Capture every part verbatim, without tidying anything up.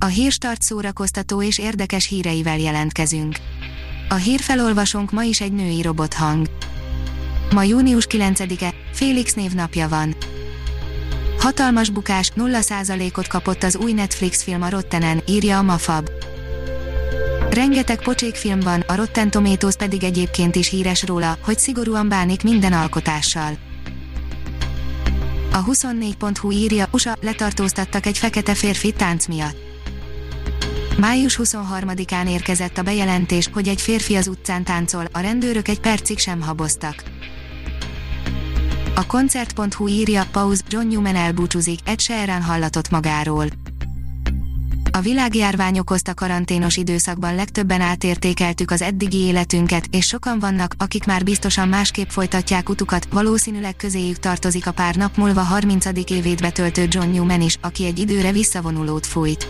A Hírstart szórakoztató és érdekes híreivel jelentkezünk. A hírfelolvasónk ma is egy női robothang. Ma június kilencedike, Félix névnapja van. Hatalmas bukás, nulla százalékot kapott az új Netflix film a Rottenen, írja a Mafab. Rengeteg pocsékfilm van, a Rotten Tomatoes pedig egyébként is híres róla, hogy szigorúan bánik minden alkotással. A huszonnégy pont hu írja, u es á, letartóztattak egy fekete férfit tánc miatt. május huszonharmadikán érkezett a bejelentés, hogy egy férfi az utcán táncol, a rendőrök egy percig sem haboztak. A koncert pont hu írja, pauz, John Newman elbúcsúzik, Ed Sheeran hallatott magáról. A világjárvány okozta karanténos időszakban legtöbben átértékeltük az eddigi életünket, és sokan vannak, akik már biztosan másképp folytatják utukat, valószínűleg közéjük tartozik a pár nap múlva harmincadik évét betöltő John Newman is, aki egy időre visszavonulót fújt.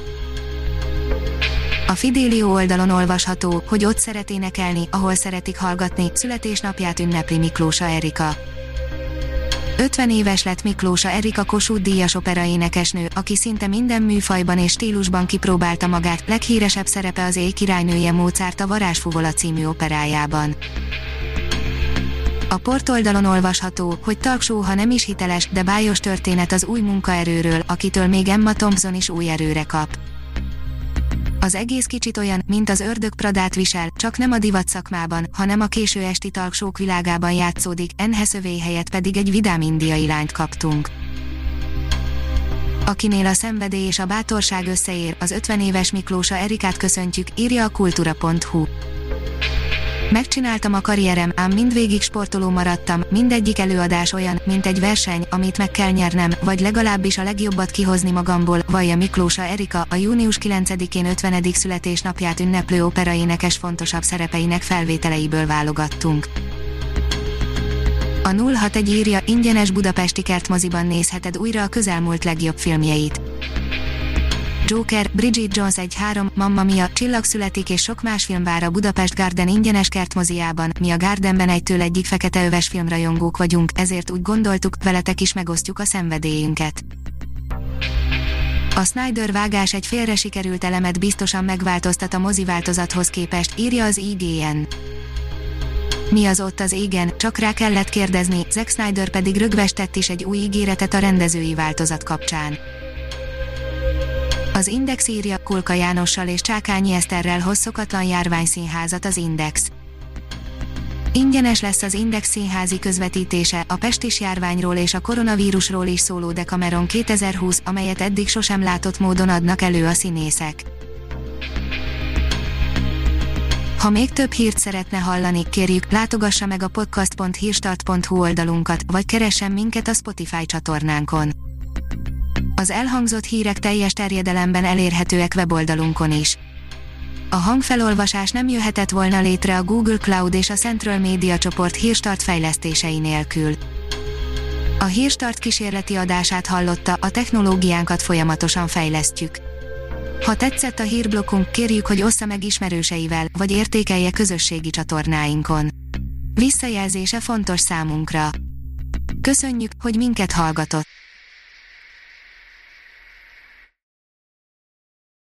A Fidelio oldalon olvasható, hogy ott szeret énekelni, ahol szeretik hallgatni, születésnapját ünnepli Miklósa Erika. ötven éves lett Miklósa Erika Kossuth-díjas operaénekesnő, aki szinte minden műfajban és stílusban kipróbálta magát, leghíresebb szerepe az Éj királynője Mozart a Varázsfuvola című operájában. A portoldalon olvasható, hogy talkshow, ha nem is hiteles, de bájos történet az új munkaerőről, akitől még Emma Thompson is új erőre kap. Az egész kicsit olyan, mint az Ördög Pradát visel, csak nem a divat szakmában, hanem a késő esti talkshow világában játszódik, Anne Hathaway helyett pedig egy vidám indiai lányt kaptunk. Akinél a szenvedély és a bátorság összeér, az ötven éves Miklósa Erikát köszöntjük, írja a kultura pont hu. Megcsináltam a karrierem, ám mindvégig sportoló maradtam, mindegyik előadás olyan, mint egy verseny, amit meg kell nyernem, vagy legalábbis a legjobbat kihozni magamból, vallja Miklósa Erika, a június kilencedikén ötvenedik születésnapját ünneplő operaénekes fontosabb szerepeinek felvételeiből válogattunk. A nulla hatvanegy írja, ingyenes budapesti kertmoziban nézheted újra a közelmúlt legjobb filmjeit. Joker, Bridget Jones egy három, Mamma Mia, Csillag születik és sok más film vár a Budapest Garden ingyenes kertmoziában. Mi a Gardenben egytől egyik feketeöves filmrajongók vagyunk, ezért úgy gondoltuk, veletek is megosztjuk a szenvedélyünket. A Snyder vágás egy félre sikerült elemet biztosan megváltoztat a moziváltozathoz képest, írja az i gé en. Mi az ott az égen, csak rá kellett kérdezni, Zack Snyder pedig rögvest tett is egy új ígéretet a rendezői változat kapcsán. Az Index írja, Kulka Jánossal és Csákányi Eszterrel hoz szokatlan járványszínházat az Index. Ingyenes lesz az Index színházi közvetítése, a pestis járványról és a koronavírusról is szóló Decameron kétezer-húsz, amelyet eddig sosem látott módon adnak elő a színészek. Ha még több hírt szeretne hallani, kérjük, látogassa meg a podcast pont hírstart pont hu oldalunkat, vagy keressen minket a Spotify csatornánkon. Az elhangzott hírek teljes terjedelemben elérhetőek weboldalunkon is. A hangfelolvasás nem jöhetett volna létre a Google Cloud és a Central Media csoport Hírstart fejlesztései nélkül. A Hírstart kísérleti adását hallotta, a technológiánkat folyamatosan fejlesztjük. Ha tetszett a hírblokkunk, kérjük, hogy ossza meg ismerőseivel, vagy értékelje közösségi csatornáinkon. Visszajelzése fontos számunkra. Köszönjük, hogy minket hallgatott!